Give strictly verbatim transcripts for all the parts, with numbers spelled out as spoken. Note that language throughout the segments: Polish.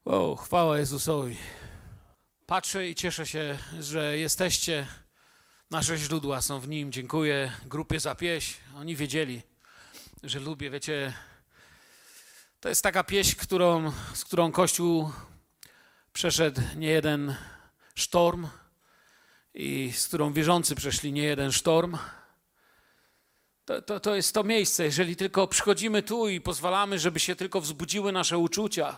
Wow, chwała Jezusowi. Patrzę i cieszę się, że jesteście. Nasze źródła są w Nim. Dziękuję grupie za pieśń. Oni wiedzieli, że lubię. Wiecie, to jest taka pieśń, którą, z którą Kościół przeszedł niejeden sztorm i z którą wierzący przeszli niejeden sztorm. To, to, to jest to miejsce. Jeżeli tylko przychodzimy tu i pozwalamy, żeby się tylko wzbudziły nasze uczucia,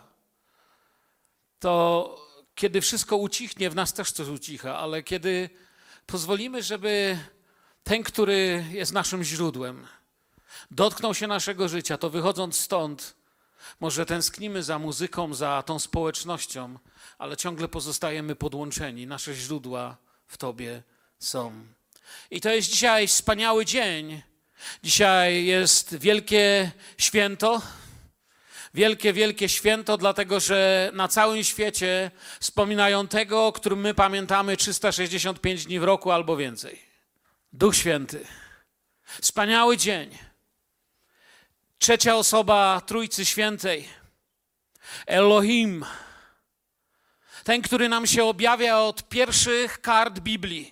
to kiedy wszystko ucichnie, w nas też coś ucicha, ale kiedy pozwolimy, żeby ten, który jest naszym źródłem, dotknął się naszego życia, to wychodząc stąd, może tęsknimy za muzyką, za tą społecznością, ale ciągle pozostajemy podłączeni. Nasze źródła w Tobie są. I to jest dzisiaj wspaniały dzień. Dzisiaj jest wielkie święto. Wielkie, wielkie święto, dlatego że na całym świecie wspominają tego, o którym my pamiętamy trzysta sześćdziesiąt pięć dni w roku albo więcej. Duch Święty. Wspaniały dzień. Trzecia osoba Trójcy Świętej. Elohim. Ten, który nam się objawia od pierwszych kart Biblii.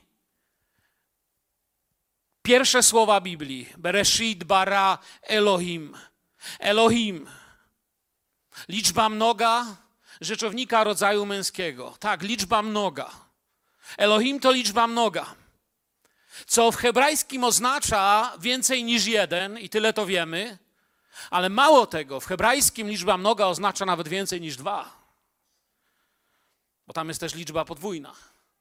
Pierwsze słowa Biblii. Bereshit bara Elohim. Elohim. Liczba mnoga rzeczownika rodzaju męskiego. Tak, liczba mnoga. Elohim to liczba mnoga. Co w hebrajskim oznacza więcej niż jeden i tyle to wiemy. Ale mało tego, w hebrajskim liczba mnoga oznacza nawet więcej niż dwa. Bo tam jest też liczba podwójna.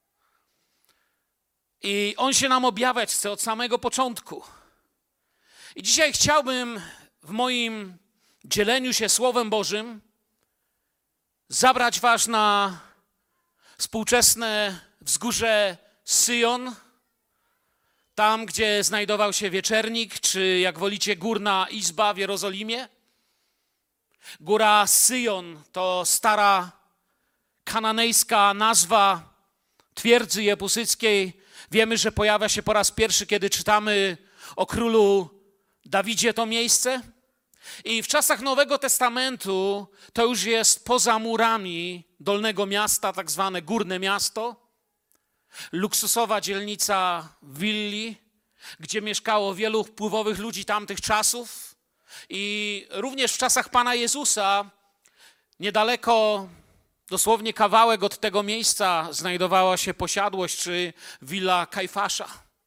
I on się nam objawiać chce od samego początku. I dzisiaj chciałbym w moim dzieleniu się Słowem Bożym zabrać was na współczesne wzgórze Syjon, tam, gdzie znajdował się Wieczernik, czy jak wolicie Górna Izba w Jerozolimie. Góra Syjon to stara kananejska nazwa twierdzy jebusyckiej. Wiemy, że pojawia się po raz pierwszy, kiedy czytamy o królu Dawidzie to miejsce. I w czasach Nowego Testamentu to już jest poza murami Dolnego Miasta, tak zwane Górne Miasto. Luksusowa dzielnica willi, gdzie mieszkało wielu wpływowych ludzi tamtych czasów. I również w czasach Pana Jezusa, niedaleko, dosłownie kawałek od tego miejsca, znajdowała się posiadłość czy willa Kajfasza.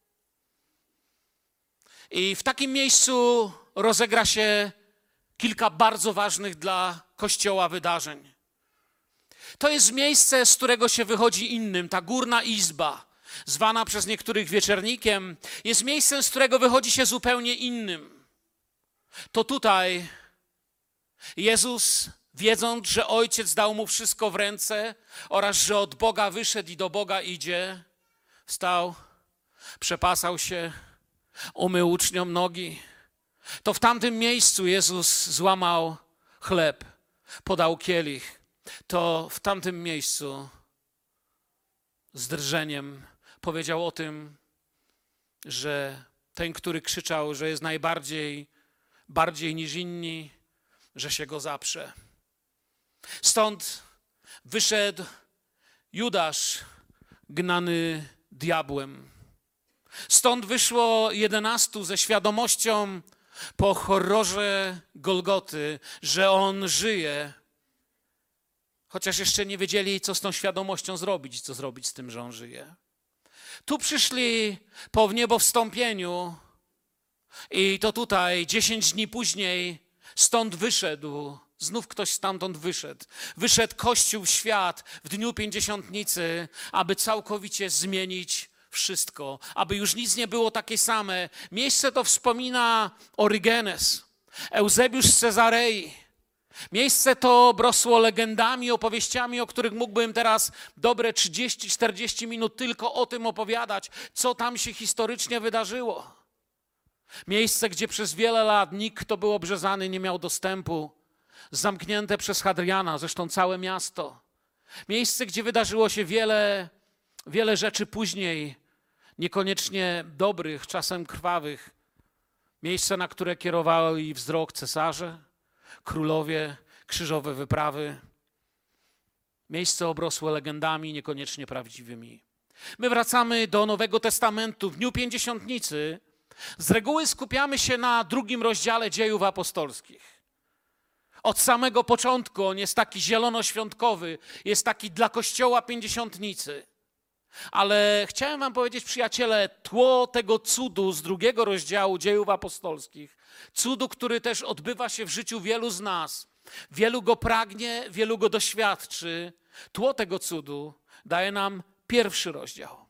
I w takim miejscu rozegra się kilka bardzo ważnych dla Kościoła wydarzeń. To jest miejsce, z którego się wychodzi innym. Ta Górna Izba, zwana przez niektórych Wieczernikiem, jest miejscem, z którego wychodzi się zupełnie innym. To tutaj Jezus, wiedząc, że Ojciec dał mu wszystko w ręce oraz, że od Boga wyszedł i do Boga idzie, wstał, przepasał się, umył uczniom nogi. To w tamtym miejscu Jezus złamał chleb, podał kielich. To w tamtym miejscu z drżeniem powiedział o tym, że ten, który krzyczał, że jest najbardziej, bardziej niż inni, że się go zaprze. Stąd wyszedł Judasz, gnany diabłem. Stąd wyszło jedenastu ze świadomością po horrorze Golgoty, że on żyje, chociaż jeszcze nie wiedzieli, co z tą świadomością zrobić, co zrobić z tym, że on żyje. Tu przyszli po wniebowstąpieniu i to tutaj, dziesięć dni później, stąd wyszedł, znów ktoś stamtąd wyszedł. Wyszedł Kościół w świat w dniu Pięćdziesiątnicy, aby całkowicie zmienić wszystko, aby już nic nie było takie same. Miejsce to wspomina Orygenes, Eusebiusz z Cezarei. Miejsce to brosło legendami, opowieściami, o których mógłbym teraz dobre trzydzieści czterdzieści minut tylko o tym opowiadać, co tam się historycznie wydarzyło. Miejsce, gdzie przez wiele lat nikt, kto był obrzezany, nie miał dostępu. Zamknięte przez Hadriana, zresztą całe miasto. Miejsce, gdzie wydarzyło się wiele, wiele rzeczy później, niekoniecznie dobrych, czasem krwawych. Miejsce, na które kierowali wzrok cesarze, królowie, krzyżowe wyprawy. Miejsce obrosłe legendami, niekoniecznie prawdziwymi. My wracamy do Nowego Testamentu. W Dniu Pięćdziesiątnicy z reguły skupiamy się na drugim rozdziale Dziejów Apostolskich. Od samego początku on jest taki zielonoświątkowy, jest taki dla Kościoła Pięćdziesiątnicy. Ale chciałem wam powiedzieć, przyjaciele, tło tego cudu z drugiego rozdziału Dziejów Apostolskich, cudu, który też odbywa się w życiu wielu z nas, wielu go pragnie, wielu go doświadczy, tło tego cudu daje nam pierwszy rozdział.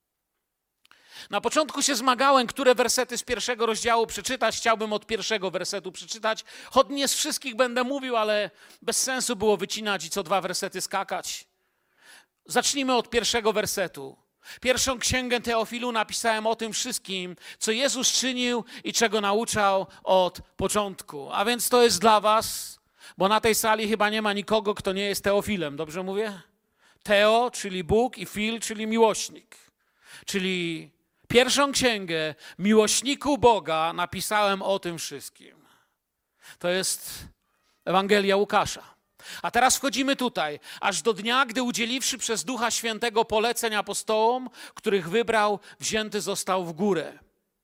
Na początku się zmagałem, które wersety z pierwszego rozdziału przeczytać. Chciałbym od pierwszego wersetu przeczytać. Choć nie z wszystkich będę mówił, ale bez sensu było wycinać i co dwa wersety skakać. Zacznijmy od pierwszego wersetu. Pierwszą księgę Teofilu napisałem o tym wszystkim, co Jezus czynił i czego nauczał od początku. A więc to jest dla was, bo na tej sali chyba nie ma nikogo, kto nie jest Teofilem. Dobrze mówię? Teo, czyli Bóg, i Fil, czyli miłośnik. Czyli pierwszą księgę miłośniku Boga napisałem o tym wszystkim. To jest Ewangelia Łukasza. A teraz wchodzimy tutaj, aż do dnia, gdy udzieliwszy przez Ducha Świętego poleceń apostołom, których wybrał, wzięty został w górę.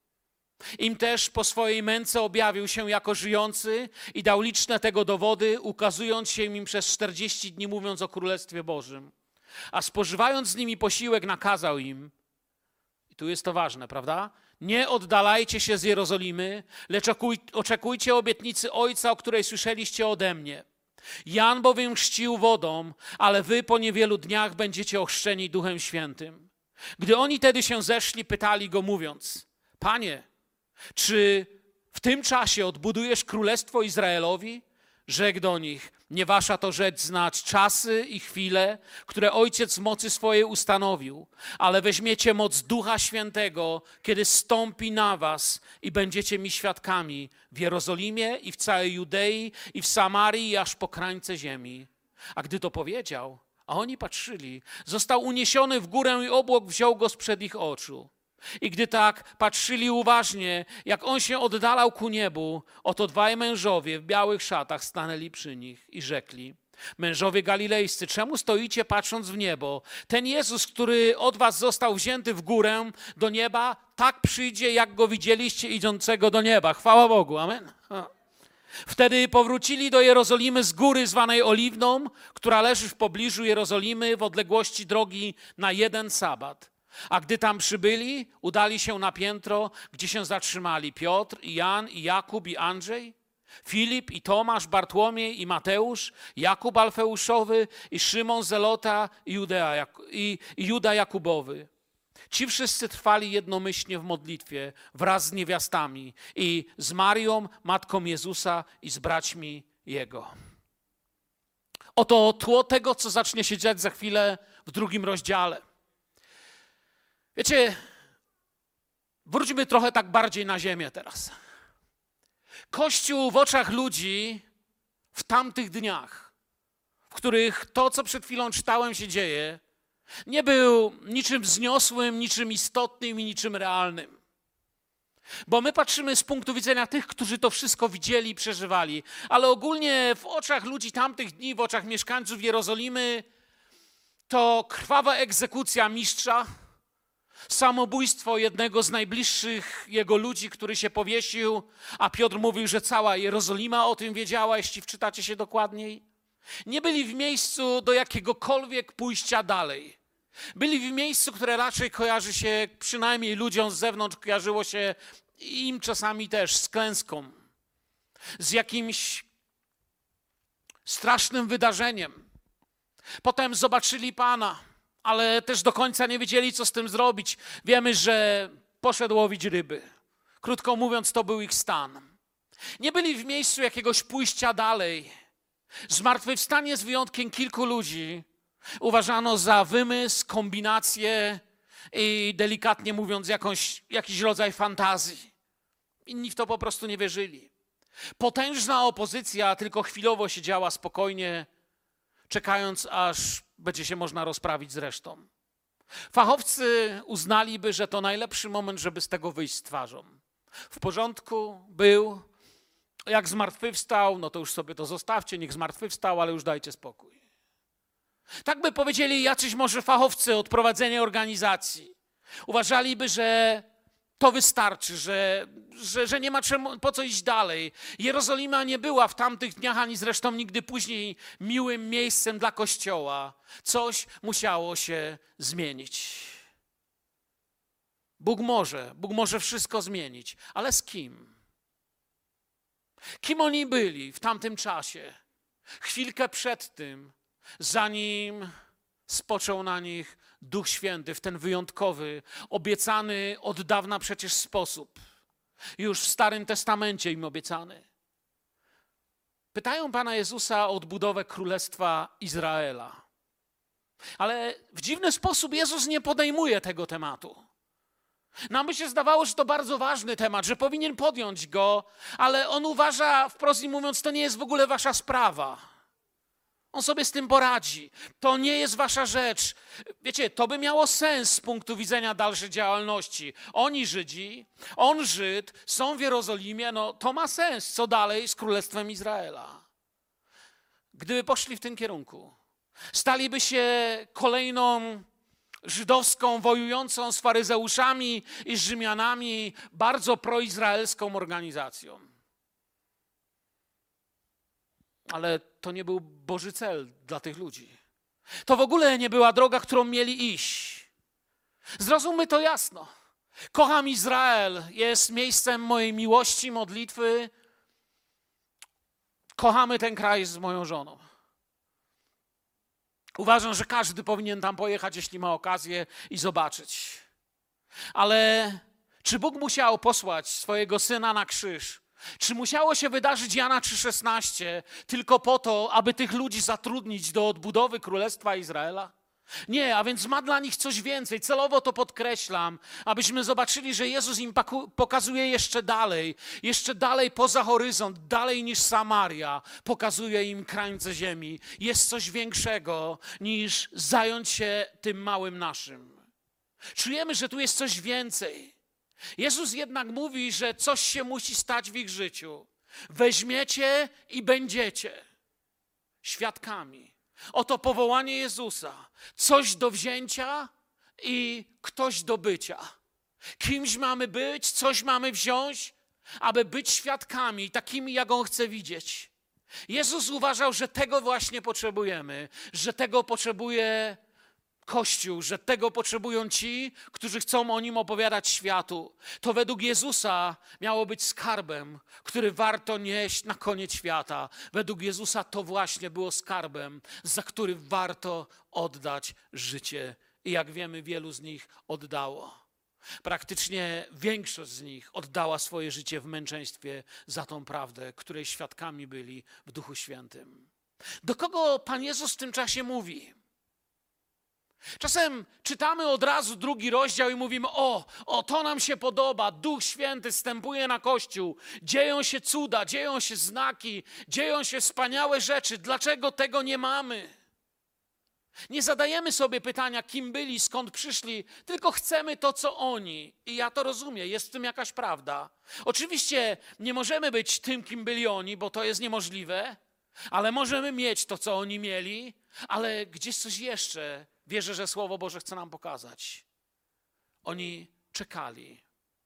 Im też po swojej męce objawił się jako żyjący i dał liczne tego dowody, ukazując się im przez czterdzieści dni, mówiąc o Królestwie Bożym. A spożywając z nimi posiłek, nakazał im, i tu jest to ważne, prawda? Nie oddalajcie się z Jerozolimy, lecz oczekujcie obietnicy Ojca, o której słyszeliście ode mnie. Jan bowiem chrzcił wodą, ale wy po niewielu dniach będziecie ochrzczeni Duchem Świętym. Gdy oni tedy się zeszli, pytali go mówiąc, Panie, czy w tym czasie odbudujesz Królestwo Izraelowi? Rzekł do nich, nie wasza to rzecz znać czasy i chwile, które Ojciec w mocy swojej ustanowił, ale weźmiecie moc Ducha Świętego, kiedy zstąpi na was i będziecie mi świadkami w Jerozolimie i w całej Judei i w Samarii i aż po krańce ziemi. A gdy to powiedział, a oni patrzyli, został uniesiony w górę i obłok wziął go sprzed ich oczu. I gdy tak patrzyli uważnie, jak on się oddalał ku niebu, oto dwaj mężowie w białych szatach stanęli przy nich i rzekli, mężowie galilejscy, czemu stoicie patrząc w niebo? Ten Jezus, który od was został wzięty w górę do nieba, tak przyjdzie, jak go widzieliście idącego do nieba. Chwała Bogu, amen. Wtedy powrócili do Jerozolimy z góry zwanej Oliwną, która leży w pobliżu Jerozolimy w odległości drogi na jeden sabat. A gdy tam przybyli, udali się na piętro, gdzie się zatrzymali Piotr, i Jan, i Jakub, i Andrzej, Filip, i Tomasz, Bartłomiej, i Mateusz, Jakub Alfeuszowy, i Szymon Zelota, i Juda, i, i Juda Jakubowy. Ci wszyscy trwali jednomyślnie w modlitwie wraz z niewiastami i z Marią, matką Jezusa, i z braćmi Jego. Oto tło tego, co zacznie się dziać za chwilę w drugim rozdziale. Wiecie, wróćmy trochę tak bardziej na ziemię teraz. Kościół w oczach ludzi w tamtych dniach, w których to, co przed chwilą czytałem, się dzieje, nie był niczym wzniosłym, niczym istotnym i niczym realnym. Bo my patrzymy z punktu widzenia tych, którzy to wszystko widzieli i przeżywali, ale ogólnie w oczach ludzi tamtych dni, w oczach mieszkańców Jerozolimy, to krwawa egzekucja mistrza, samobójstwo jednego z najbliższych jego ludzi, który się powiesił, a Piotr mówił, że cała Jerozolima o tym wiedziała, jeśli wczytacie się dokładniej. Nie byli w miejscu do jakiegokolwiek pójścia dalej. Byli w miejscu, które raczej kojarzy się, przynajmniej ludziom z zewnątrz, kojarzyło się im czasami też z klęską, z jakimś strasznym wydarzeniem. Potem zobaczyli Pana, ale też do końca nie wiedzieli, co z tym zrobić. Wiemy, że poszedł łowić ryby. Krótko mówiąc, to był ich stan. Nie byli w miejscu jakiegoś pójścia dalej. Zmartwychwstanie z wyjątkiem kilku ludzi uważano za wymysł, kombinację i delikatnie mówiąc jakąś, jakiś rodzaj fantazji. Inni w to po prostu nie wierzyli. Potężna opozycja tylko chwilowo siedziała spokojnie, czekając, aż będzie się można rozprawić z resztą. Fachowcy uznaliby, że to najlepszy moment, żeby z tego wyjść z twarzą. W porządku, był. Jak zmartwychwstał, no to już sobie to zostawcie, niech zmartwychwstał, ale już dajcie spokój. Tak by powiedzieli jacyś może fachowcy od prowadzenia organizacji. Uważaliby, że to wystarczy, że, że, że nie ma czemu, po co iść dalej. Jerozolima nie była w tamtych dniach, ani zresztą nigdy później miłym miejscem dla Kościoła. Coś musiało się zmienić. Bóg może, Bóg może wszystko zmienić, ale z kim? Kim oni byli w tamtym czasie? Chwilkę przed tym, zanim spoczął na nich Duch Święty w ten wyjątkowy, obiecany od dawna przecież sposób. Już w Starym Testamencie im obiecany. Pytają Pana Jezusa o odbudowę Królestwa Izraela. Ale w dziwny sposób Jezus nie podejmuje tego tematu. Nam by się zdawało, że to bardzo ważny temat, że powinien podjąć go, ale on uważa, wprost im mówiąc, to nie jest w ogóle wasza sprawa. On sobie z tym poradzi. To nie jest wasza rzecz. Wiecie, to by miało sens z punktu widzenia dalszej działalności. Oni Żydzi, on Żyd, są w Jerozolimie, no to ma sens. Co dalej z Królestwem Izraela? Gdyby poszli w tym kierunku, staliby się kolejną żydowską, wojującą z faryzeuszami i z Rzymianami, bardzo proizraelską organizacją. Ale to nie był Boży cel dla tych ludzi. To w ogóle nie była droga, którą mieli iść. Zrozummy to jasno. Kocham Izrael, jest miejscem mojej miłości, modlitwy. Kochamy ten kraj z moją żoną. Uważam, że każdy powinien tam pojechać, jeśli ma okazję i zobaczyć. Ale czy Bóg musiał posłać swojego Syna na krzyż? Czy musiało się wydarzyć Jana trzy szesnaście tylko po to, aby tych ludzi zatrudnić do odbudowy Królestwa Izraela? Nie, a więc ma dla nich coś więcej. Celowo to podkreślam, abyśmy zobaczyli, że Jezus im pokazuje jeszcze dalej, jeszcze dalej poza horyzont, dalej niż Samaria. Pokazuje im krańce ziemi. Jest coś większego niż zająć się tym małym naszym. Czujemy, że tu jest coś więcej. Jezus jednak mówi, że coś się musi stać w ich życiu. Weźmiecie i będziecie świadkami. Oto powołanie Jezusa. Coś do wzięcia i ktoś do bycia. Kimś mamy być, coś mamy wziąć, aby być świadkami, takimi, jak On chce widzieć. Jezus uważał, że tego właśnie potrzebujemy, że tego potrzebuje Kościół, że tego potrzebują ci, którzy chcą o Nim opowiadać światu. To według Jezusa miało być skarbem, który warto nieść na koniec świata. Według Jezusa to właśnie było skarbem, za który warto oddać życie. I jak wiemy, wielu z nich oddało. Praktycznie większość z nich oddała swoje życie w męczeństwie za tą prawdę, której świadkami byli w Duchu Świętym. Do kogo Pan Jezus w tym czasie mówi? Czasem czytamy od razu drugi rozdział i mówimy, o, o, to nam się podoba, Duch Święty zstępuje na Kościół, dzieją się cuda, dzieją się znaki, dzieją się wspaniałe rzeczy. Dlaczego tego nie mamy? Nie zadajemy sobie pytania, kim byli, skąd przyszli, tylko chcemy to, co oni. I ja to rozumiem, jest w tym jakaś prawda. Oczywiście nie możemy być tym, kim byli oni, bo to jest niemożliwe, ale możemy mieć to, co oni mieli, ale gdzieś coś jeszcze wierzę, że Słowo Boże chce nam pokazać. Oni czekali.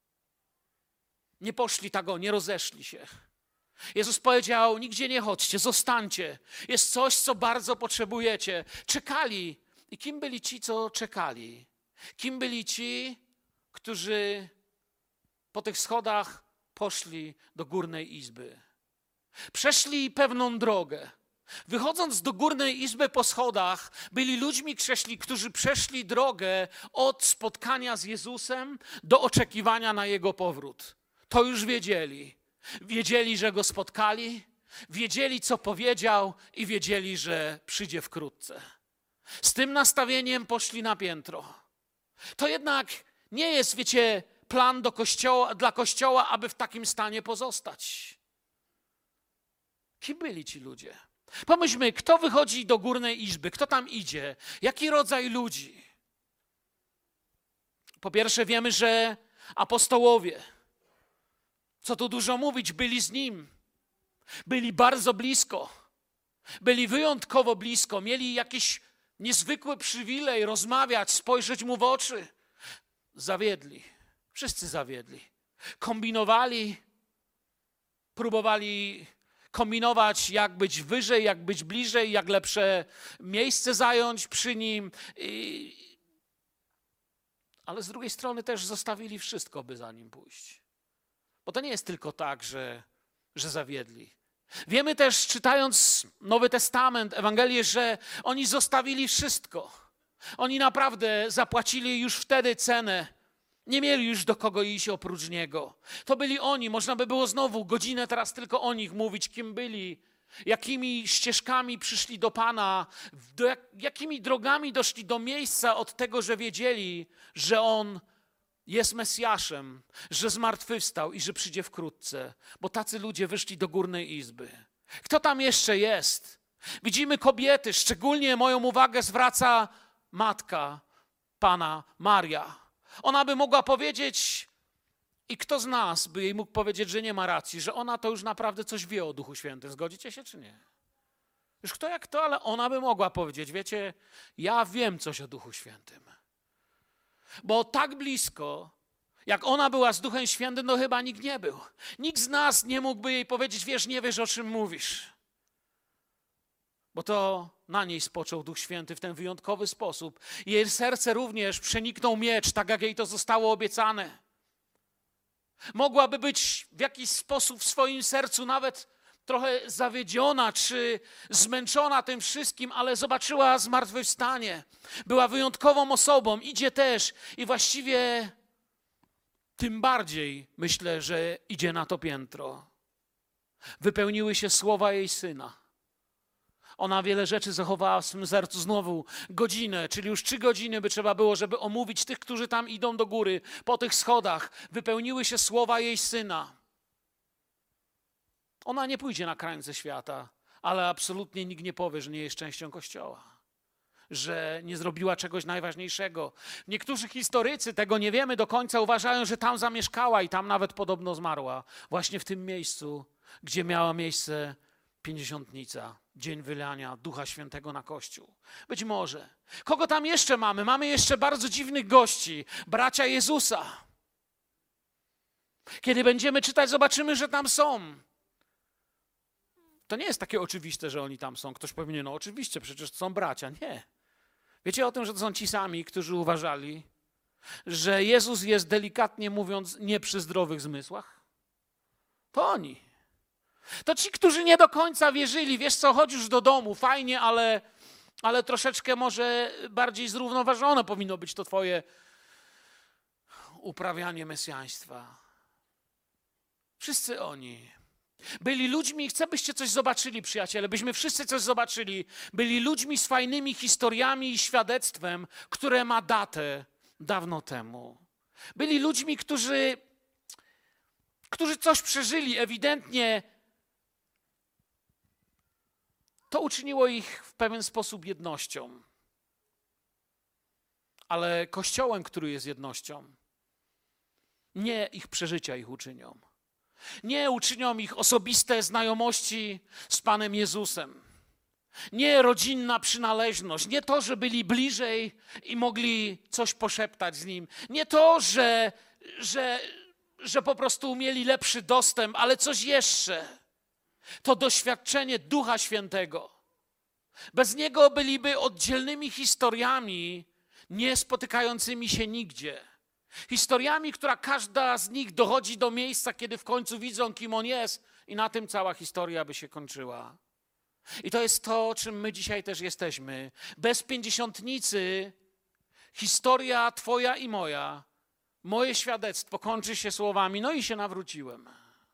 Nie poszli tak o, nie rozeszli się. Jezus powiedział, nigdzie nie chodźcie, zostańcie. Jest coś, co bardzo potrzebujecie. Czekali. I kim byli ci, co czekali? Kim byli ci, którzy po tych schodach poszli do górnej izby? Przeszli pewną drogę. Wychodząc do górnej izby po schodach, byli ludźmi, którzy przeszli drogę od spotkania z Jezusem do oczekiwania na Jego powrót. To już wiedzieli. Wiedzieli, że Go spotkali, wiedzieli, co powiedział i wiedzieli, że przyjdzie wkrótce. Z tym nastawieniem poszli na piętro. To jednak nie jest, wiecie, plan do kościoła, dla Kościoła, aby w takim stanie pozostać. Kim byli ci ludzie? Pomyślmy, kto wychodzi do górnej izby, kto tam idzie, jaki rodzaj ludzi? Po pierwsze wiemy, że apostołowie, co tu dużo mówić, byli z Nim. Byli bardzo blisko. Byli wyjątkowo blisko. Mieli jakieś niezwykły przywilej rozmawiać, spojrzeć mu w oczy. Zawiedli. Wszyscy zawiedli. Kombinowali, próbowali kombinować, jak być wyżej, jak być bliżej, jak lepsze miejsce zająć przy nim. I... Ale z drugiej strony też zostawili wszystko, by za nim pójść. Bo to nie jest tylko tak, że, że zawiedli. Wiemy też, czytając Nowy Testament, Ewangelię, że oni zostawili wszystko. Oni naprawdę zapłacili już wtedy cenę. Nie mieli już do kogo iść oprócz Niego. To byli oni. Można by było znowu godzinę teraz tylko o nich mówić, kim byli, jakimi ścieżkami przyszli do Pana, do jak, jakimi drogami doszli do miejsca od tego, że wiedzieli, że On jest Mesjaszem, że zmartwychwstał i że przyjdzie wkrótce. Bo tacy ludzie wyszli do górnej izby. Kto tam jeszcze jest? Widzimy kobiety, szczególnie moją uwagę zwraca matka Pana, Maria. Ona by mogła powiedzieć, i kto z nas by jej mógł powiedzieć, że nie ma racji, że ona to już naprawdę coś wie o Duchu Świętym. Zgodzicie się czy nie? Już kto jak to, ale ona by mogła powiedzieć, wiecie, ja wiem coś o Duchu Świętym. Bo tak blisko, jak ona była z Duchem Świętym, no chyba nikt nie był. Nikt z nas nie mógłby jej powiedzieć, wiesz, nie wiesz, o czym mówisz. Bo to na niej spoczął Duch Święty w ten wyjątkowy sposób. Jej serce również przeniknął miecz, tak jak jej to zostało obiecane. Mogłaby być w jakiś sposób w swoim sercu nawet trochę zawiedziona czy zmęczona tym wszystkim, ale zobaczyła zmartwychwstanie. Była wyjątkową osobą, idzie też i właściwie tym bardziej myślę, że idzie na to piętro. Wypełniły się słowa jej Syna. Ona wiele rzeczy zachowała w swym sercu, znowu godzinę, czyli już trzy godziny by trzeba było, żeby omówić tych, którzy tam idą do góry, po tych schodach. Wypełniły się słowa jej Syna. Ona nie pójdzie na krańce świata, ale absolutnie nikt nie powie, że nie jest częścią Kościoła, że nie zrobiła czegoś najważniejszego. Niektórzy historycy, tego nie wiemy do końca, uważają, że tam zamieszkała i tam nawet podobno zmarła. Właśnie w tym miejscu, gdzie miała miejsce pięćdziesiątnica, dzień wylania Ducha Świętego na Kościół. Być może. Kogo tam jeszcze mamy? Mamy jeszcze bardzo dziwnych gości, bracia Jezusa. Kiedy będziemy czytać, zobaczymy, że tam są. To nie jest takie oczywiste, że oni tam są. Ktoś powie, no oczywiście, przecież to są bracia. Nie. Wiecie o tym, że to są ci sami, którzy uważali, że Jezus jest, delikatnie mówiąc, nie przy zdrowych zmysłach? To oni. To ci, którzy nie do końca wierzyli, wiesz co, chodź już do domu, fajnie, ale, ale troszeczkę może bardziej zrównoważone powinno być to twoje uprawianie mesjaństwa. Wszyscy oni byli ludźmi, chcę byście coś zobaczyli, przyjaciele, byśmy wszyscy coś zobaczyli. Byli ludźmi z fajnymi historiami i świadectwem, które ma datę dawno temu. Byli ludźmi, którzy, którzy coś przeżyli, ewidentnie to uczyniło ich w pewien sposób jednością. Ale Kościołem, który jest jednością, nie ich przeżycia ich uczynią. Nie uczynią ich osobiste znajomości z Panem Jezusem. Nie rodzinna przynależność. Nie to, że byli bliżej i mogli coś poszeptać z Nim. Nie to, że, że, że po prostu mieli lepszy dostęp, ale coś jeszcze. To doświadczenie Ducha Świętego. Bez Niego byliby oddzielnymi historiami, nie spotykającymi się nigdzie. Historiami, która każda z nich dochodzi do miejsca, kiedy w końcu widzą, kim On jest, i na tym cała historia by się kończyła. I to jest to, czym my dzisiaj też jesteśmy. Bez pięćdziesiątnicy historia twoja i moja, moje świadectwo kończy się słowami, no i się nawróciłem.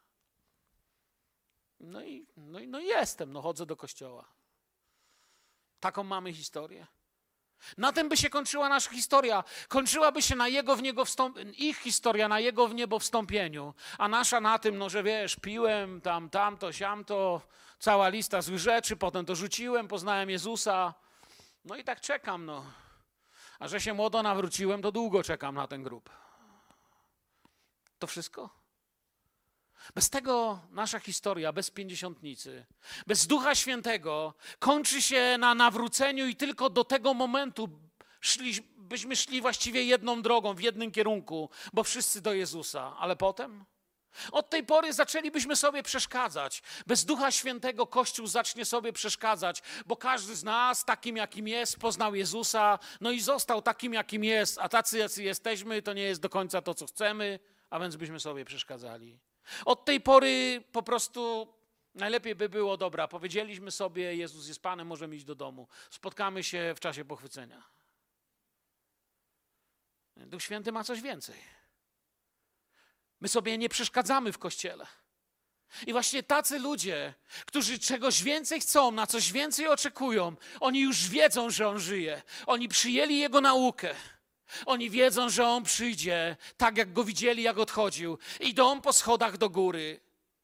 No i, no i, no i jestem, no chodzę do kościoła. Taką mamy historię. Na tym by się kończyła nasza historia. Kończyłaby się na jego w niego wstąp... ich historia na jego w niebo wstąpieniu, a nasza na tym, no że wiesz, piłem tam, tamto, siamto, cała lista złych rzeczy, potem to rzuciłem, poznałem Jezusa, no i tak czekam, no. A że się młodo nawróciłem, to długo czekam na ten grób. To wszystko? Bez tego nasza historia, bez pięćdziesiątnicy, bez Ducha Świętego kończy się na nawróceniu i tylko do tego momentu szli, byśmy szli właściwie jedną drogą, w jednym kierunku, bo wszyscy do Jezusa. Ale potem? Od tej pory zaczęlibyśmy sobie przeszkadzać. Bez Ducha Świętego Kościół zacznie sobie przeszkadzać, bo każdy z nas takim, jakim jest, poznał Jezusa, no i został takim, jakim jest, a tacy, jacy jesteśmy, to nie jest do końca to, co chcemy, a więc byśmy sobie przeszkadzali. Od tej pory po prostu najlepiej by było, dobra, powiedzieliśmy sobie, Jezus jest Panem, możemy iść do domu. Spotkamy się w czasie pochwycenia. Duch Święty ma coś więcej. My sobie nie przeszkadzamy w Kościele. I właśnie tacy ludzie, którzy czegoś więcej chcą, na coś więcej oczekują, oni już wiedzą, że On żyje. Oni przyjęli Jego naukę. Oni wiedzą, że On przyjdzie, tak jak Go widzieli, jak odchodził. Idą po schodach do góry.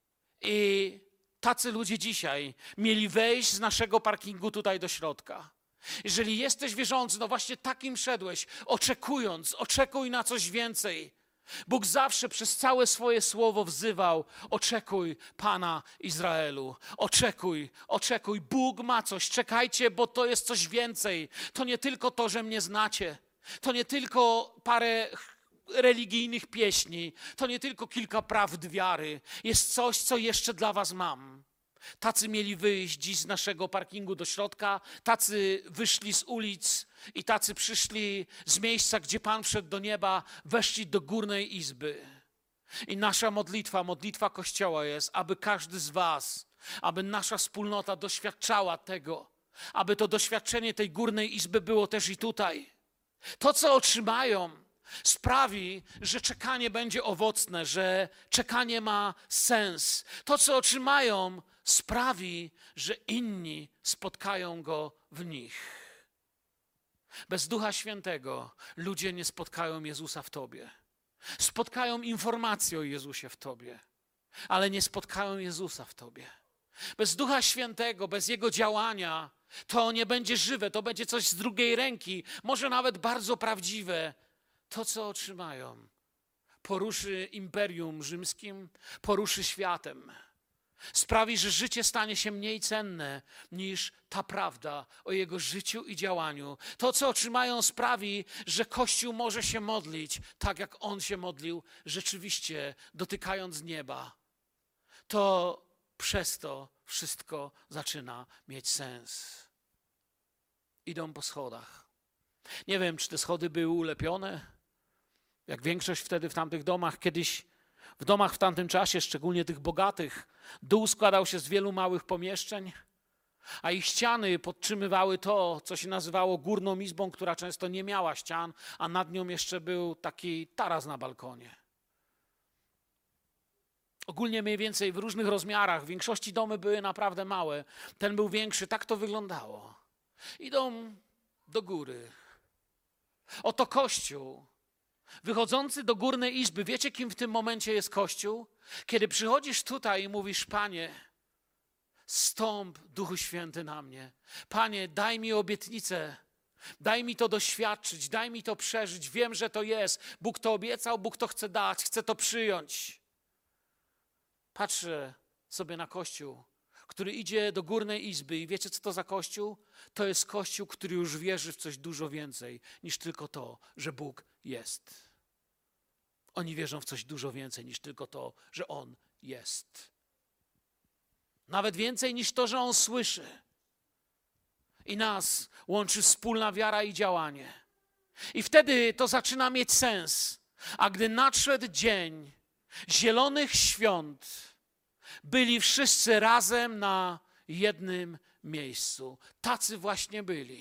I tacy ludzie dzisiaj mieli wejść z naszego parkingu tutaj do środka. Jeżeli jesteś wierzący, no właśnie takim szedłeś, oczekując, oczekuj na coś więcej. Bóg zawsze przez całe swoje słowo wzywał: oczekuj Pana Izraelu, oczekuj, oczekuj, Bóg ma coś, czekajcie, bo to jest coś więcej. To nie tylko to, że mnie znacie, to nie tylko parę religijnych pieśni, to nie tylko kilka prawd wiary, jest coś, co jeszcze dla was mam. Tacy mieli wyjść dziś z naszego parkingu do środka, tacy wyszli z ulic i tacy przyszli z miejsca, gdzie Pan wszedł do nieba, weszli do górnej izby. I nasza modlitwa, modlitwa Kościoła jest, aby każdy z was, aby nasza wspólnota doświadczała tego, aby to doświadczenie tej górnej izby było też i tutaj. To, co otrzymają, sprawi, że czekanie będzie owocne, że czekanie ma sens. To, co otrzymają, sprawi, że inni spotkają Go w nich. Bez Ducha Świętego ludzie nie spotkają Jezusa w tobie. Spotkają informację o Jezusie w tobie, ale nie spotkają Jezusa w tobie. Bez Ducha Świętego, bez Jego działania, to nie będzie żywe, to będzie coś z drugiej ręki, może nawet bardzo prawdziwe. To, co otrzymają, poruszy imperium rzymskim, poruszy światem. Sprawi, że życie stanie się mniej cenne niż ta prawda o Jego życiu i działaniu. To, co otrzymają, sprawi, że Kościół może się modlić tak, jak On się modlił, rzeczywiście dotykając nieba. To przez to wszystko zaczyna mieć sens. Idą po schodach. Nie wiem, czy te schody były ulepione, jak większość wtedy w tamtych domach. Kiedyś w domach w tamtym czasie, szczególnie tych bogatych, dół składał się z wielu małych pomieszczeń, a ich ściany podtrzymywały to, co się nazywało górną izbą, która często nie miała ścian, a nad nią jeszcze był taki taras na balkonie. Ogólnie mniej więcej w różnych rozmiarach, w większości domy były naprawdę małe. Ten był większy, tak to wyglądało. Idą do góry. Oto Kościół, wychodzący do górnej izby. Wiecie, kim w tym momencie jest Kościół? Kiedy przychodzisz tutaj i mówisz: Panie, stąp, Duchu Święty, na mnie. Panie, daj mi obietnicę, daj mi to doświadczyć, daj mi to przeżyć. Wiem, że to jest. Bóg to obiecał, Bóg to chce dać, chce to przyjąć. Patrzę sobie na Kościół, który idzie do górnej izby i wiecie, co to za Kościół? To jest Kościół, który już wierzy w coś dużo więcej niż tylko to, że Bóg jest. Oni wierzą w coś dużo więcej niż tylko to, że On jest. Nawet więcej niż to, że On słyszy. I nas łączy wspólna wiara i działanie. I wtedy to zaczyna mieć sens. A gdy nadszedł dzień Zielonych Świąt, byli wszyscy razem na jednym miejscu. Tacy właśnie byli.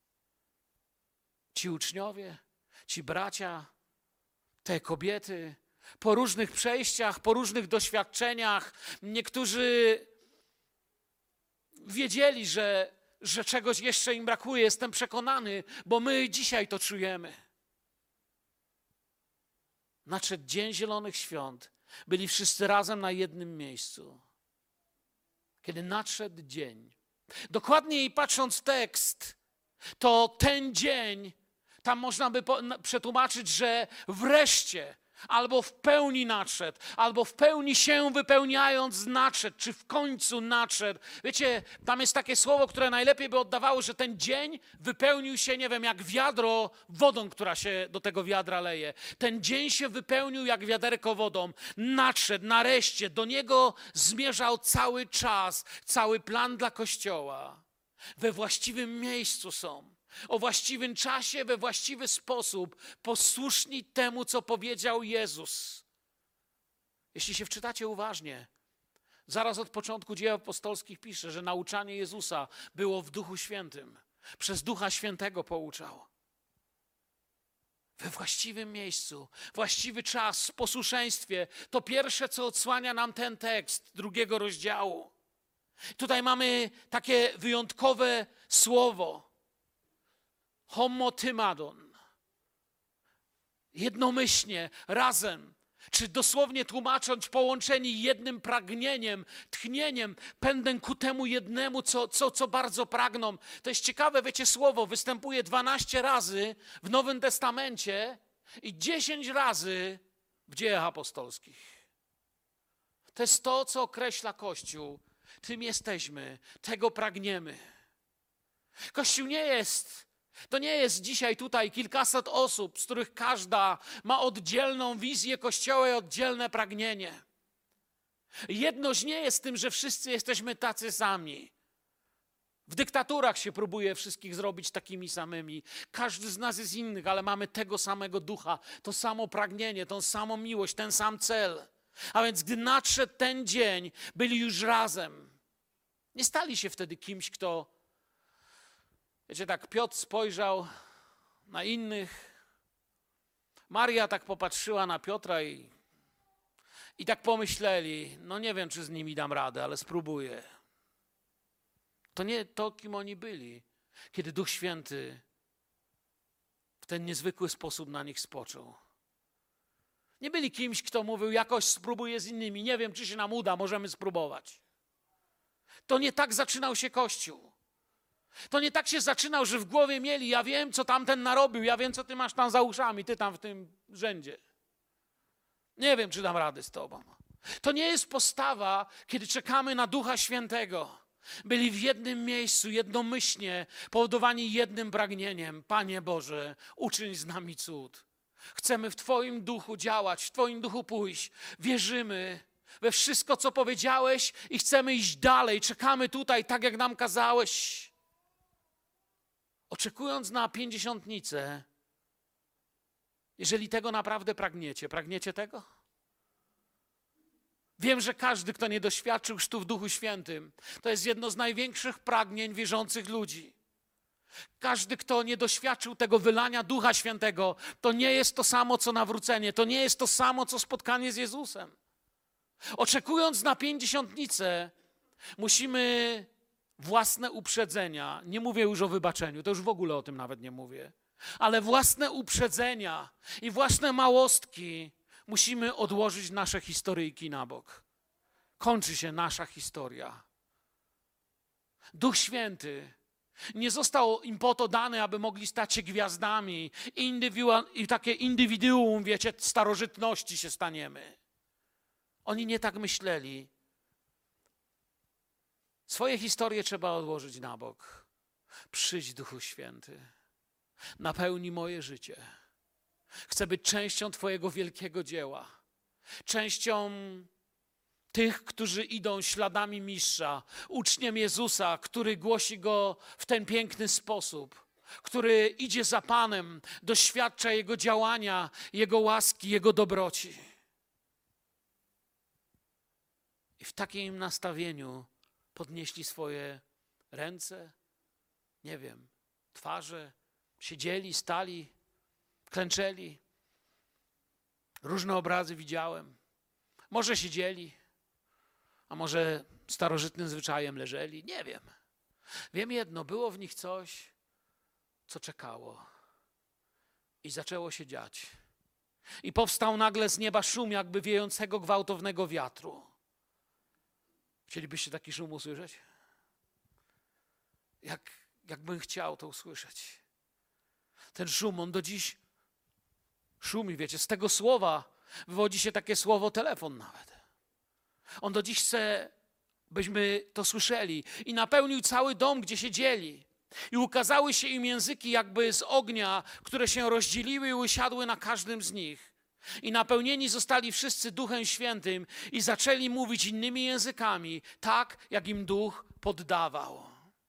Ci uczniowie, ci bracia, te kobiety, po różnych przejściach, po różnych doświadczeniach. Niektórzy wiedzieli, że, że czegoś jeszcze im brakuje. Jestem przekonany, bo my dzisiaj to czujemy. Nadszedł Dzień Zielonych Świąt. Byli wszyscy razem na jednym miejscu. Kiedy nadszedł dzień, dokładniej patrząc w tekst, to ten dzień, tam można by przetłumaczyć, że wreszcie, albo w pełni nadszedł, albo w pełni się wypełniając nadszedł, czy w końcu nadszedł. Wiecie, tam jest takie słowo, które najlepiej by oddawało, że ten dzień wypełnił się, nie wiem, jak wiadro wodą, która się do tego wiadra leje. Ten dzień się wypełnił jak wiaderko wodą. Nadszedł, nareszcie, do niego zmierzał cały czas, cały plan dla Kościoła. We właściwym miejscu są. O właściwym czasie, we właściwy sposób, posłuszni temu, co powiedział Jezus. Jeśli się wczytacie uważnie, zaraz od początku dzieł apostolskich pisze, że nauczanie Jezusa było w Duchu Świętym. Przez Ducha Świętego pouczał. We właściwym miejscu, właściwy czas, w posłuszeństwie. To pierwsze, co odsłania nam ten tekst drugiego rozdziału. Tutaj mamy takie wyjątkowe słowo. Homotymadon. Jednomyślnie, razem, czy dosłownie tłumacząc, połączeni jednym pragnieniem, tchnieniem, pędem ku temu jednemu, co, co, co bardzo pragną. To jest ciekawe, wiecie, słowo występuje dwanaście razy w Nowym Testamencie i dziesięć razy w Dziejach Apostolskich. To jest to, co określa Kościół. Tym jesteśmy, tego pragniemy. Kościół nie jest... To nie jest dzisiaj tutaj kilkaset osób, z których każda ma oddzielną wizję Kościoła i oddzielne pragnienie. Jedność nie jest tym, że wszyscy jesteśmy tacy sami. W dyktaturach się próbuje wszystkich zrobić takimi samymi. Każdy z nas jest inny, ale mamy tego samego ducha, to samo pragnienie, tą samą miłość, ten sam cel. A więc gdy nadszedł ten dzień, byli już razem. Nie stali się wtedy kimś, kto... Wiecie, tak Piotr spojrzał na innych, Maria tak popatrzyła na Piotra i, i tak pomyśleli, no nie wiem, czy z nimi dam radę, ale spróbuję. To nie to, kim oni byli, kiedy Duch Święty w ten niezwykły sposób na nich spoczął. Nie byli kimś, kto mówił, jakoś spróbuję z innymi, nie wiem, czy się nam uda, możemy spróbować. To nie tak zaczynał się Kościół. To nie tak się zaczynał, że w głowie mieli, ja wiem, co tamten narobił, ja wiem, co ty masz tam za uszami, ty tam w tym rzędzie. Nie wiem, czy dam radę z tobą. To nie jest postawa, kiedy czekamy na Ducha Świętego. Byli w jednym miejscu, jednomyślnie, powodowani jednym pragnieniem. Panie Boże, uczyń z nami cud. Chcemy w Twoim duchu działać, w Twoim duchu pójść. Wierzymy we wszystko, co powiedziałeś i chcemy iść dalej. Czekamy tutaj, tak jak nam kazałeś. Oczekując na pięćdziesiątnicę, jeżeli tego naprawdę pragniecie, pragniecie tego? Wiem, że każdy, kto nie doświadczył chrztu w Duchu Świętym, to jest jedno z największych pragnień wierzących ludzi. Każdy, kto nie doświadczył tego wylania Ducha Świętego, to nie jest to samo, co nawrócenie, to nie jest to samo, co spotkanie z Jezusem. Oczekując na pięćdziesiątnicę, musimy własne uprzedzenia, nie mówię już o wybaczeniu, to już w ogóle o tym nawet nie mówię, ale własne uprzedzenia i własne małostki musimy odłożyć nasze historyjki na bok. Kończy się nasza historia. Duch Święty nie został im po to dany, aby mogli stać się gwiazdami i takie indywiduum, wiecie, starożytności się staniemy. Oni nie tak myśleli. Swoje historie trzeba odłożyć na bok. Przyjdź, Duchu Święty, napełnij moje życie. Chcę być częścią Twojego wielkiego dzieła. Częścią tych, którzy idą śladami Mistrza, uczniem Jezusa, który głosi Go w ten piękny sposób, który idzie za Panem, doświadcza Jego działania, Jego łaski, Jego dobroci. I w takim nastawieniu podnieśli swoje ręce, nie wiem, twarze, siedzieli, stali, klęczeli. Różne obrazy widziałem. Może siedzieli, a może starożytnym zwyczajem leżeli, nie wiem. Wiem jedno, było w nich coś, co czekało i zaczęło się dziać. I powstał nagle z nieba szum jakby wiejącego gwałtownego wiatru. Chcielibyście taki szum usłyszeć? Jak, jakbym chciał to usłyszeć. Ten szum, on do dziś szumi, wiecie, z tego słowa wywodzi się takie słowo telefon nawet. On do dziś chce, byśmy to słyszeli. I napełnił cały dom, gdzie siedzieli. I ukazały się im języki jakby z ognia, które się rozdzieliły i usiadły na każdym z nich. I napełnieni zostali wszyscy Duchem Świętym i zaczęli mówić innymi językami, tak jak im Duch poddawał.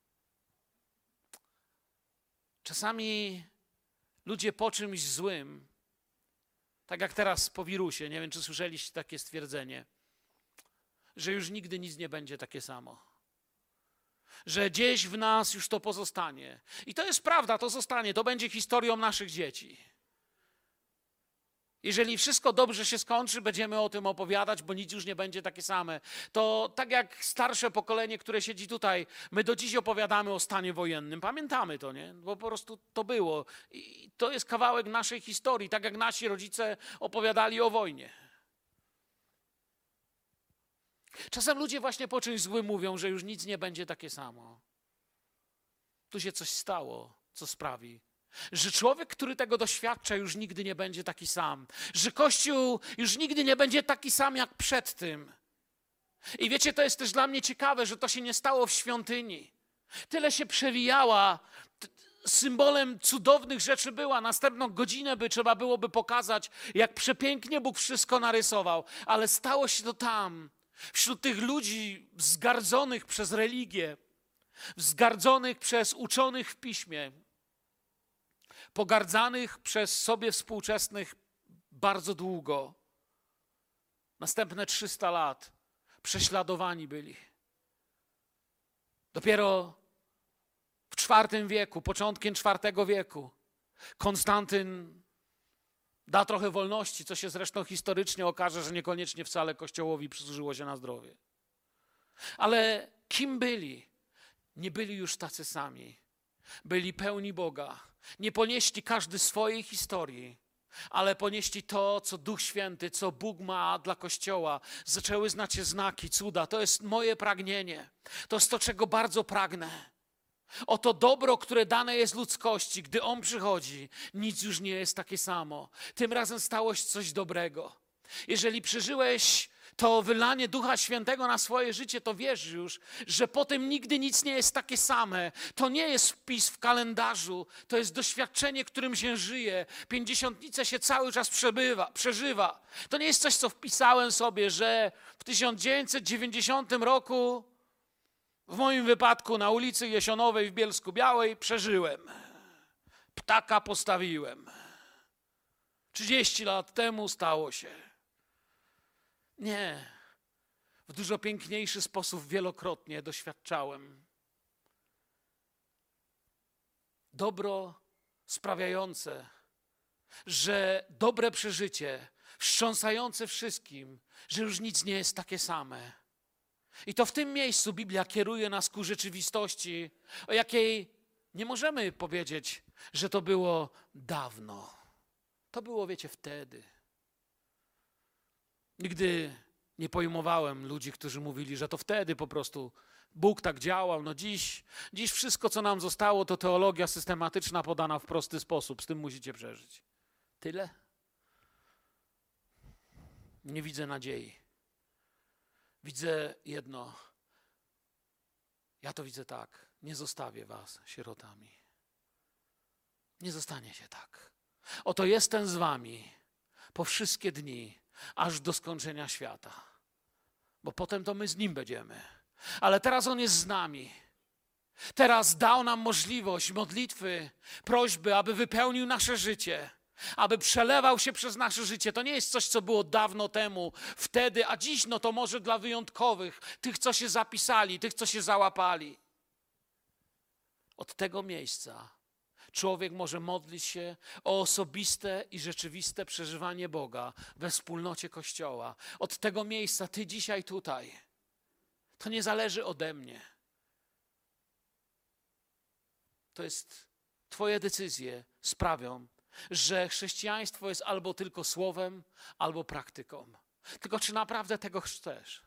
Czasami ludzie po czymś złym, tak jak teraz po wirusie, nie wiem, czy słyszeliście takie stwierdzenie, że już nigdy nic nie będzie takie samo. Że gdzieś w nas już to pozostanie. I to jest prawda, to zostanie, to będzie historią naszych dzieci. Jeżeli wszystko dobrze się skończy, będziemy o tym opowiadać, bo nic już nie będzie takie same. To tak jak starsze pokolenie, które siedzi tutaj, my do dziś opowiadamy o stanie wojennym. Pamiętamy to, nie? Bo po prostu to było. I to jest kawałek naszej historii, tak jak nasi rodzice opowiadali o wojnie. Czasem ludzie właśnie po czymś złym mówią, że już nic nie będzie takie samo. Tu się coś stało, co sprawi, że człowiek, który tego doświadcza, już nigdy nie będzie taki sam. Że Kościół już nigdy nie będzie taki sam jak przed tym. I wiecie, to jest też dla mnie ciekawe, że to się nie stało w świątyni. Tyle się przewijała, symbolem cudownych rzeczy była. Następną godzinę by trzeba byłoby pokazać, jak przepięknie Bóg wszystko narysował. Ale stało się to tam, wśród tych ludzi wzgardzonych przez religię, wzgardzonych przez uczonych w piśmie, pogardzanych przez sobie współczesnych bardzo długo. Następne trzysta lat prześladowani byli. Dopiero w czwartym wieku, początkiem czwartego wieku, Konstantyn da trochę wolności, co się zresztą historycznie okaże, że niekoniecznie wcale Kościołowi przysłużyło się na zdrowie. Ale kim byli? Nie byli już tacy sami. Byli pełni Boga. Nie ponieśli każdy swojej historii, ale ponieśli to, co Duch Święty, co Bóg ma dla Kościoła. Zaczęły znać się znaki, cuda. To jest moje pragnienie. To jest to, czego bardzo pragnę. Oto dobro, które dane jest ludzkości, gdy On przychodzi, nic już nie jest takie samo. Tym razem stało się coś dobrego. Jeżeli przeżyłeś to wylanie Ducha Świętego na swoje życie, to wiesz już, że potem nigdy nic nie jest takie same. To nie jest wpis w kalendarzu, to jest doświadczenie, którym się żyje. Pięćdziesiątnicę się cały czas przebywa, przeżywa. To nie jest coś, co wpisałem sobie, że w tysiąc dziewięćset dziewięćdziesiątym roku, w moim wypadku na ulicy Jesionowej w Bielsku-Białej, przeżyłem. Ptaka postawiłem. trzydzieści lat temu stało się. Nie. W dużo piękniejszy sposób wielokrotnie doświadczałem. Dobro sprawiające, że dobre przeżycie, wstrząsające wszystkim, że już nic nie jest takie same. I to w tym miejscu Biblia kieruje nas ku rzeczywistości, o jakiej nie możemy powiedzieć, że to było dawno. To było, wiecie, wtedy. Nigdy nie pojmowałem ludzi, którzy mówili, że to wtedy po prostu Bóg tak działał. No dziś, dziś wszystko, co nam zostało, to teologia systematyczna podana w prosty sposób. Z tym musicie przeżyć. Tyle? Nie widzę nadziei. Widzę jedno. Ja to widzę tak. Nie zostawię was sierotami. Nie zostanie się tak. Oto jestem z wami po wszystkie dni, aż do skończenia świata. Bo potem to my z Nim będziemy. Ale teraz On jest z nami. Teraz dał nam możliwość modlitwy, prośby, aby wypełnił nasze życie, aby przelewał się przez nasze życie. To nie jest coś, co było dawno temu, wtedy, a dziś no to może dla wyjątkowych, tych, co się zapisali, tych, co się załapali. Od tego miejsca człowiek może modlić się o osobiste i rzeczywiste przeżywanie Boga we wspólnocie Kościoła. Od tego miejsca ty dzisiaj tutaj. To nie zależy ode mnie. To jest twoje decyzje sprawią, że chrześcijaństwo jest albo tylko słowem, albo praktyką. Tylko czy naprawdę tego chcesz?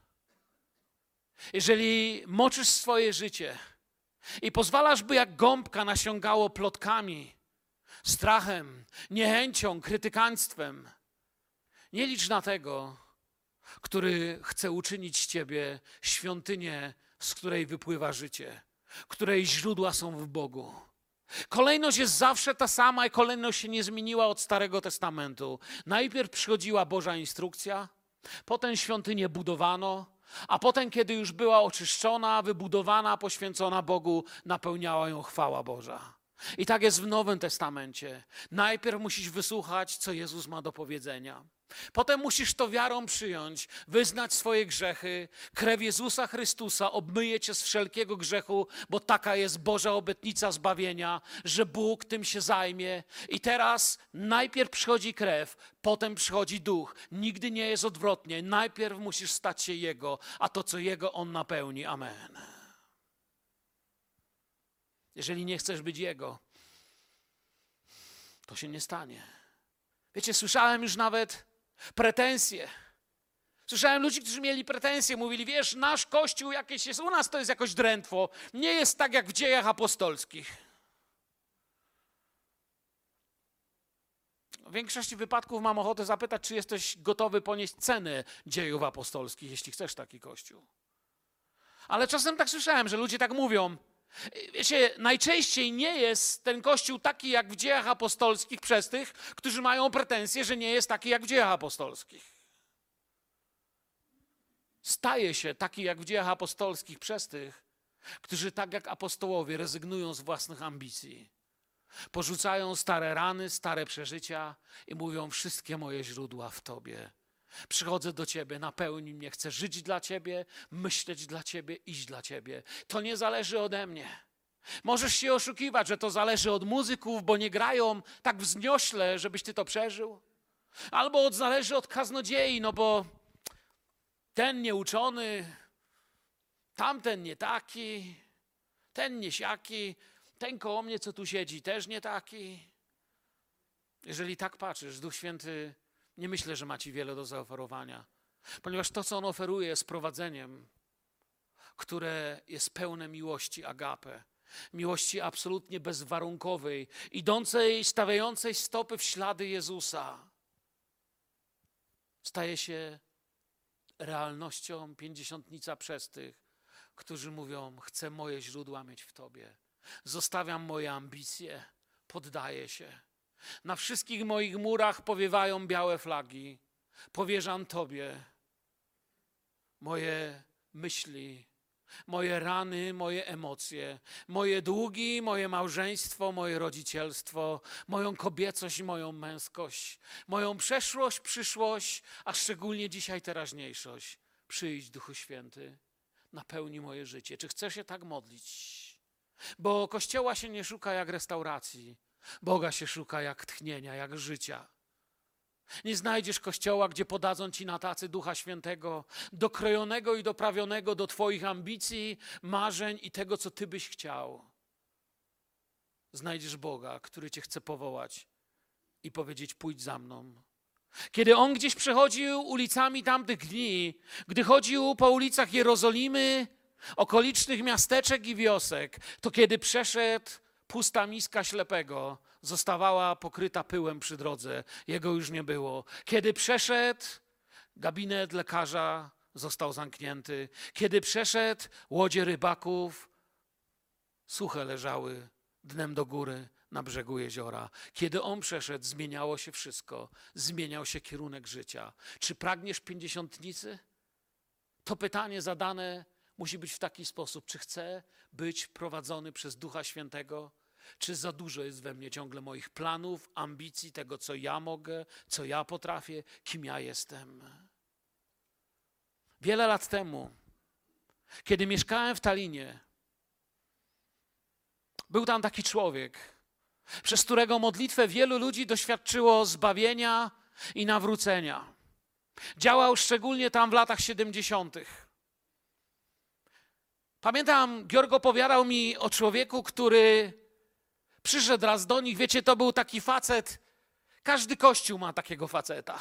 Jeżeli moczysz swoje życie i pozwalasz, by jak gąbka nasiągało plotkami, strachem, niechęcią, krytykaństwem, Nie licz na tego, który chce uczynić z ciebie świątynię, z której wypływa życie, której źródła są w Bogu. Kolejność jest zawsze ta sama i kolejność się nie zmieniła od Starego Testamentu. Najpierw przychodziła Boża instrukcja, potem świątynię budowano, a potem, kiedy już była oczyszczona, wybudowana, poświęcona Bogu, napełniała ją chwała Boża. I tak jest w Nowym Testamencie. Najpierw musisz wysłuchać, co Jezus ma do powiedzenia. Potem musisz to wiarą przyjąć, wyznać swoje grzechy. Krew Jezusa Chrystusa obmyje cię z wszelkiego grzechu, bo taka jest Boża obietnica zbawienia, że Bóg tym się zajmie. I teraz najpierw przychodzi krew, potem przychodzi duch. Nigdy nie jest odwrotnie. Najpierw musisz stać się Jego, a to, co Jego, On napełni. Amen. Jeżeli nie chcesz być Jego, to się nie stanie. Wiecie, słyszałem już nawet pretensje. Słyszałem ludzi, którzy mieli pretensje, mówili, wiesz, nasz Kościół jakieś jest, u nas to jest jakoś drętwo, nie jest tak jak w Dziejach Apostolskich. W większości wypadków mam ochotę zapytać, czy jesteś gotowy ponieść cenę Dziejów Apostolskich, jeśli chcesz taki Kościół. Ale czasem tak słyszałem, że ludzie tak mówią. Wiecie, najczęściej nie jest ten Kościół taki jak w Dziejach Apostolskich przez tych, którzy mają pretensje, że nie jest taki jak w Dziejach Apostolskich. Staje się taki jak w Dziejach Apostolskich przez tych, którzy tak jak apostołowie rezygnują z własnych ambicji. Porzucają stare rany, stare przeżycia i mówią, wszystkie moje źródła w Tobie. Przychodzę do Ciebie, napełnij mnie, chcę żyć dla Ciebie, myśleć dla Ciebie, iść dla Ciebie. To nie zależy ode mnie. Możesz się oszukiwać, że to zależy od muzyków, bo nie grają tak wzniośle, żebyś Ty to przeżył. Albo od, zależy od kaznodziei, no bo ten nieuczony, tamten nie taki, ten nie siaki, ten koło mnie, co tu siedzi, też nie taki. Jeżeli tak patrzysz, Duch Święty nie myślę, że ma Ci wiele do zaoferowania, ponieważ to, co On oferuje, jest prowadzeniem, które jest pełne miłości agape, miłości absolutnie bezwarunkowej, idącej, stawiającej stopy w ślady Jezusa. Staje się realnością pięćdziesiątnica przez tych, którzy mówią, chcę moje źródła mieć w Tobie, zostawiam moje ambicje, poddaję się. Na wszystkich moich murach powiewają białe flagi. Powierzam Tobie moje myśli, moje rany, moje emocje, moje długi, moje małżeństwo, moje rodzicielstwo, moją kobiecość i moją męskość, moją przeszłość, przyszłość, a szczególnie dzisiaj teraźniejszość. Przyjdź, Duchu Święty, napełni moje życie. Czy chcesz się tak modlić? Bo Kościoła się nie szuka jak restauracji. Boga się szuka jak tchnienia, jak życia. Nie znajdziesz Kościoła, gdzie podadzą Ci na tacy Ducha Świętego, dokrojonego i doprawionego do Twoich ambicji, marzeń i tego, co Ty byś chciał. Znajdziesz Boga, który Cię chce powołać i powiedzieć, pójdź za mną. Kiedy On gdzieś przechodził ulicami tamtych dni, gdy chodził po ulicach Jerozolimy, okolicznych miasteczek i wiosek, to kiedy przeszedł, pusta miska ślepego zostawała pokryta pyłem przy drodze. Jego już nie było. Kiedy przeszedł, gabinet lekarza został zamknięty. Kiedy przeszedł, łodzie rybaków suche leżały dnem do góry na brzegu jeziora. Kiedy on przeszedł, zmieniało się wszystko. Zmieniał się kierunek życia. Czy pragniesz pięćdziesiątnicy? To pytanie zadane musi być w taki sposób. Czy chcę być prowadzony przez Ducha Świętego? Czy za dużo jest we mnie ciągle moich planów, ambicji, tego, co ja mogę, co ja potrafię, kim ja jestem? Wiele lat temu, kiedy mieszkałem w Tallinie, był tam taki człowiek, przez którego modlitwę wielu ludzi doświadczyło zbawienia i nawrócenia. Działał szczególnie tam w latach siedemdziesiątych. Pamiętam, Georg opowiadał mi o człowieku, który przyszedł raz do nich. Wiecie, to był taki facet, każdy kościół ma takiego faceta.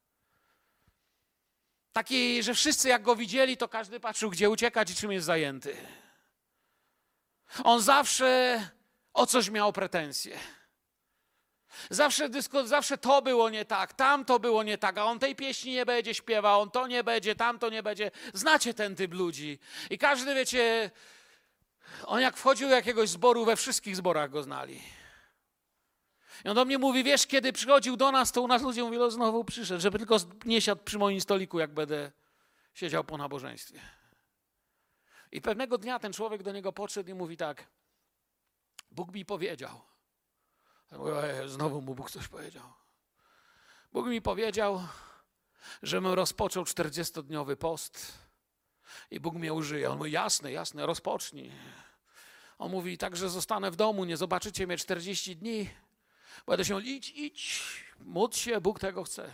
Taki, że wszyscy jak go widzieli, to każdy patrzył, gdzie uciekać i czym jest zajęty. On zawsze o coś miał pretensje. Zawsze, dysko, zawsze to było nie tak, tam to było nie tak, a on tej pieśni nie będzie śpiewał, on to nie będzie, tam to nie będzie. Znacie ten typ ludzi. I każdy, wiecie, on jak wchodził do jakiegoś zboru, we wszystkich zborach go znali. I on do mnie mówi, wiesz, kiedy przychodził do nas, to u nas ludzie mówili, o, znowu przyszedł, żeby tylko nie siadł przy moim stoliku, jak będę siedział po nabożeństwie. I pewnego dnia ten człowiek do niego podszedł i mówi tak, Bóg mi powiedział. Ja mówię, znowu mu Bóg coś powiedział. Bóg mi powiedział, żebym rozpoczął czterdziestodniowy post i Bóg mnie użyje. On mówi, jasne, jasne, rozpocznij. On mówi, także zostanę w domu, nie zobaczycie mnie czterdzieści dni. Będę się, idź, idź, módl się, Bóg tego chce.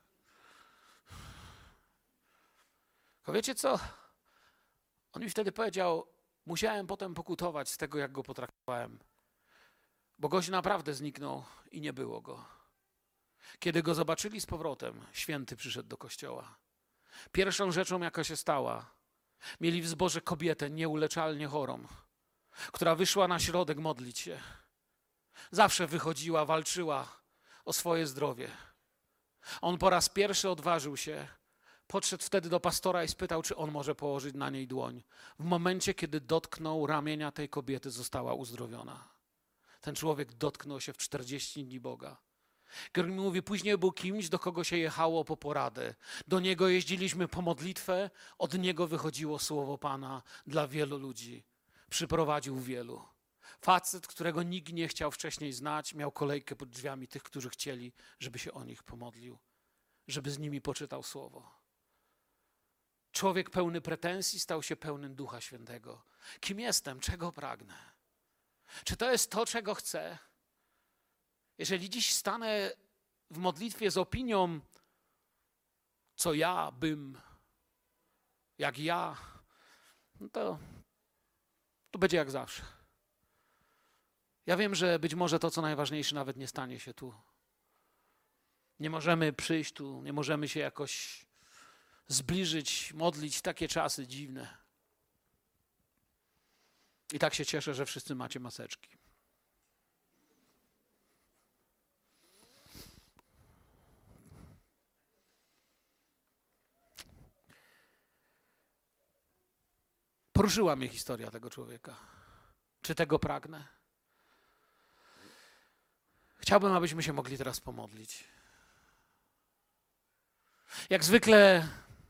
Tylko wiecie co? On mi wtedy powiedział, musiałem potem pokutować z tego, jak go potraktowałem. Bo gość naprawdę zniknął i nie było go. Kiedy go zobaczyli z powrotem, święty przyszedł do kościoła. Pierwszą rzeczą, jaka się stała, mieli w zborze kobietę nieuleczalnie chorą, która wyszła na środek modlić się. Zawsze wychodziła, walczyła o swoje zdrowie. On po raz pierwszy odważył się, podszedł wtedy do pastora i spytał, czy on może położyć na niej dłoń. W momencie, kiedy dotknął ramienia tej kobiety, została uzdrowiona. Ten człowiek dotknął się w czterdzieści dni Boga. Kiedy mi mówi, później był kimś, do kogo się jechało po poradę. Do niego jeździliśmy po modlitwę, od niego wychodziło słowo Pana dla wielu ludzi. Przyprowadził wielu. Facet, którego nikt nie chciał wcześniej znać, miał kolejkę pod drzwiami tych, którzy chcieli, żeby się o nich pomodlił, żeby z nimi poczytał słowo. Człowiek pełny pretensji stał się pełnym Ducha Świętego. Kim jestem? Czego pragnę? Czy to jest to, czego chcę? Jeżeli dziś stanę w modlitwie z opinią, co ja bym, jak ja, no to, to będzie jak zawsze. Ja wiem, że być może to, co najważniejsze, nawet nie stanie się tu. Nie możemy przyjść tu, nie możemy się jakoś zbliżyć, modlić w takie czasy dziwne. I tak się cieszę, że wszyscy macie maseczki. Poruszyła mnie historia tego człowieka. Czy tego pragnę? Chciałbym, abyśmy się mogli teraz pomodlić. Jak zwykle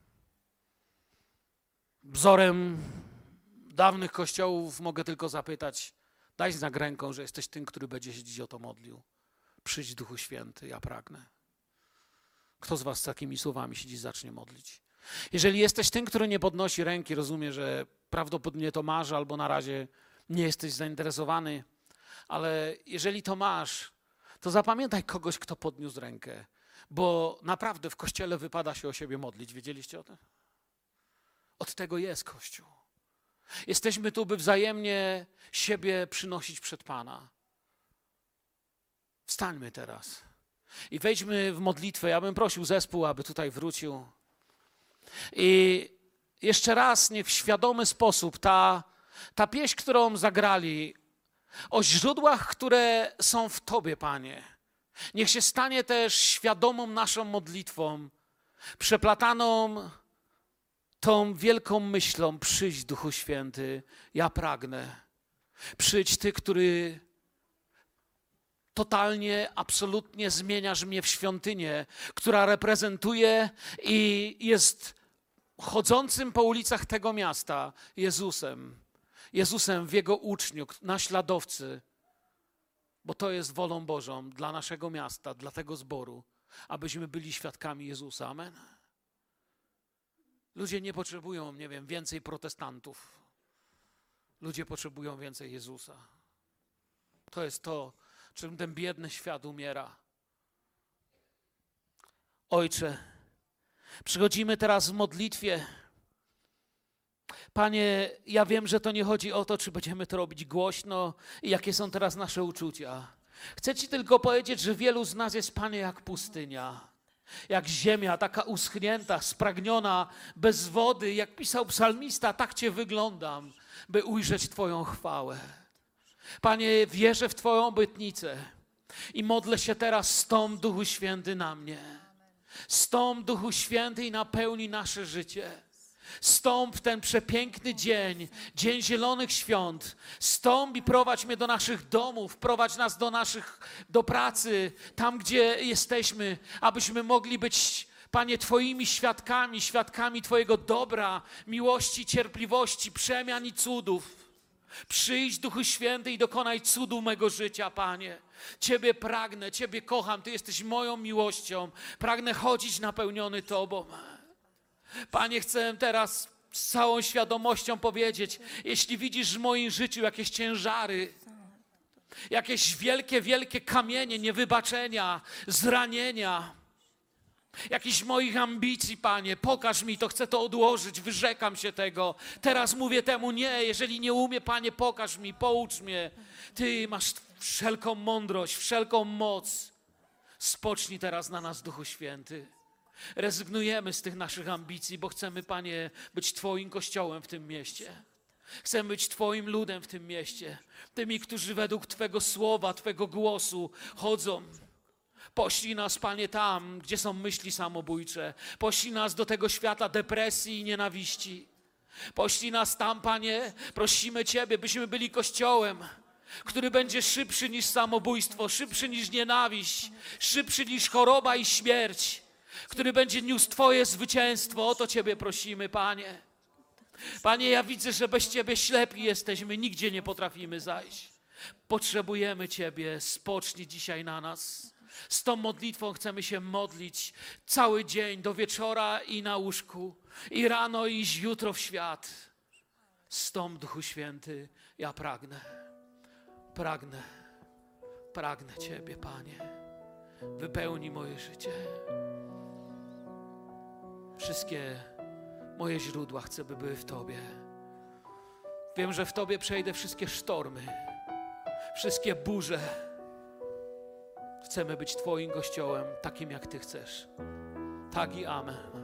wzorem dawnych kościołów mogę tylko zapytać, daj znak ręką, że jesteś tym, który będzie się dziś o to modlił. Przyjdź Duchu Święty, ja pragnę. Kto z was z takimi słowami się dziś zacznie modlić? Jeżeli jesteś tym, który nie podnosi ręki, rozumiem, że prawdopodobnie to masz, albo na razie nie jesteś zainteresowany, ale jeżeli to masz, to zapamiętaj kogoś, kto podniósł rękę, bo naprawdę w Kościele wypada się o siebie modlić. Wiedzieliście o tym? Od tego jest Kościół. Jesteśmy tu, by wzajemnie siebie przynosić przed Pana. Wstańmy teraz i wejdźmy w modlitwę. Ja bym prosił zespół, aby tutaj wrócił. I jeszcze raz niech w świadomy sposób ta, ta pieśń, którą zagrali, o źródłach, które są w Tobie, Panie, niech się stanie też świadomą naszą modlitwą, przeplataną tą wielką myślą, przyjdź Duchu Święty, ja pragnę. Przyjdź Ty, który totalnie, absolutnie zmieniasz mnie w świątynię, która reprezentuje i jest chodzącym po ulicach tego miasta Jezusem. Jezusem w Jego uczniu, naśladowcy, bo to jest wolą Bożą dla naszego miasta, dla tego zboru, abyśmy byli świadkami Jezusa. Amen. Ludzie nie potrzebują, nie wiem, więcej protestantów. Ludzie potrzebują więcej Jezusa. To jest to, czym ten biedny świat umiera. Ojcze, przychodzimy teraz w modlitwie. Panie, ja wiem, że to nie chodzi o to, czy będziemy to robić głośno i jakie są teraz nasze uczucia. Chcę Ci tylko powiedzieć, że wielu z nas jest, Panie, jak pustynia, jak ziemia, taka uschnięta, spragniona, bez wody. Jak pisał psalmista, tak Cię wyglądam, by ujrzeć Twoją chwałę. Panie, wierzę w Twoją obietnicę, I modlę się teraz, stąp Duchu Święty na mnie. Stąp Duchu Święty i napełni nasze życie. Stąp w ten przepiękny dzień, dzień Zielonych Świąt. Stąp i prowadź mnie do naszych domów, prowadź nas do naszych, do pracy, tam gdzie jesteśmy, abyśmy mogli być, Panie, Twoimi świadkami, świadkami Twojego dobra, miłości, cierpliwości, przemian i cudów. Przyjdź, Duchu Święty, i dokonaj cudu mego życia, Panie. Ciebie pragnę, Ciebie kocham, Ty jesteś moją miłością. Pragnę chodzić napełniony Tobą. Panie, chcę teraz z całą świadomością powiedzieć, jeśli widzisz w moim życiu jakieś ciężary, jakieś wielkie, wielkie kamienie niewybaczenia, zranienia, jakichś moich ambicji, Panie, pokaż mi to, chcę to odłożyć, wyrzekam się tego. Teraz mówię temu nie, jeżeli nie umiem, Panie, pokaż mi, poucz mnie. Ty masz wszelką mądrość, wszelką moc. Spocznij teraz na nas, Duchu Święty. Rezygnujemy z tych naszych ambicji, bo chcemy, Panie, być Twoim Kościołem w tym mieście. Chcemy być Twoim ludem w tym mieście. Tymi, którzy według Twego słowa, Twego głosu chodzą. Poślij nas, Panie, tam, gdzie są myśli samobójcze. Poślij nas do tego świata depresji i nienawiści. Poślij nas tam, Panie, prosimy Ciebie, byśmy byli Kościołem, który będzie szybszy niż samobójstwo, szybszy niż nienawiść, szybszy niż choroba i śmierć, który będzie niósł Twoje zwycięstwo. O to Ciebie prosimy, Panie. Panie, ja widzę, że bez Ciebie ślepi jesteśmy, nigdzie nie potrafimy zajść. Potrzebujemy Ciebie, spocznij dzisiaj na nas. Z tą modlitwą chcemy się modlić cały dzień, do wieczora i na łóżku, i rano, i jutro w świat. Stąp, Duchu Święty, ja pragnę, pragnę, pragnę Ciebie, Panie. Wypełnij moje życie. Wszystkie moje źródła chcę, by były w Tobie. Wiem, że w Tobie przejdę wszystkie sztormy, wszystkie burze. Chcemy być Twoim Kościołem, takim jak Ty chcesz. Tak i amen.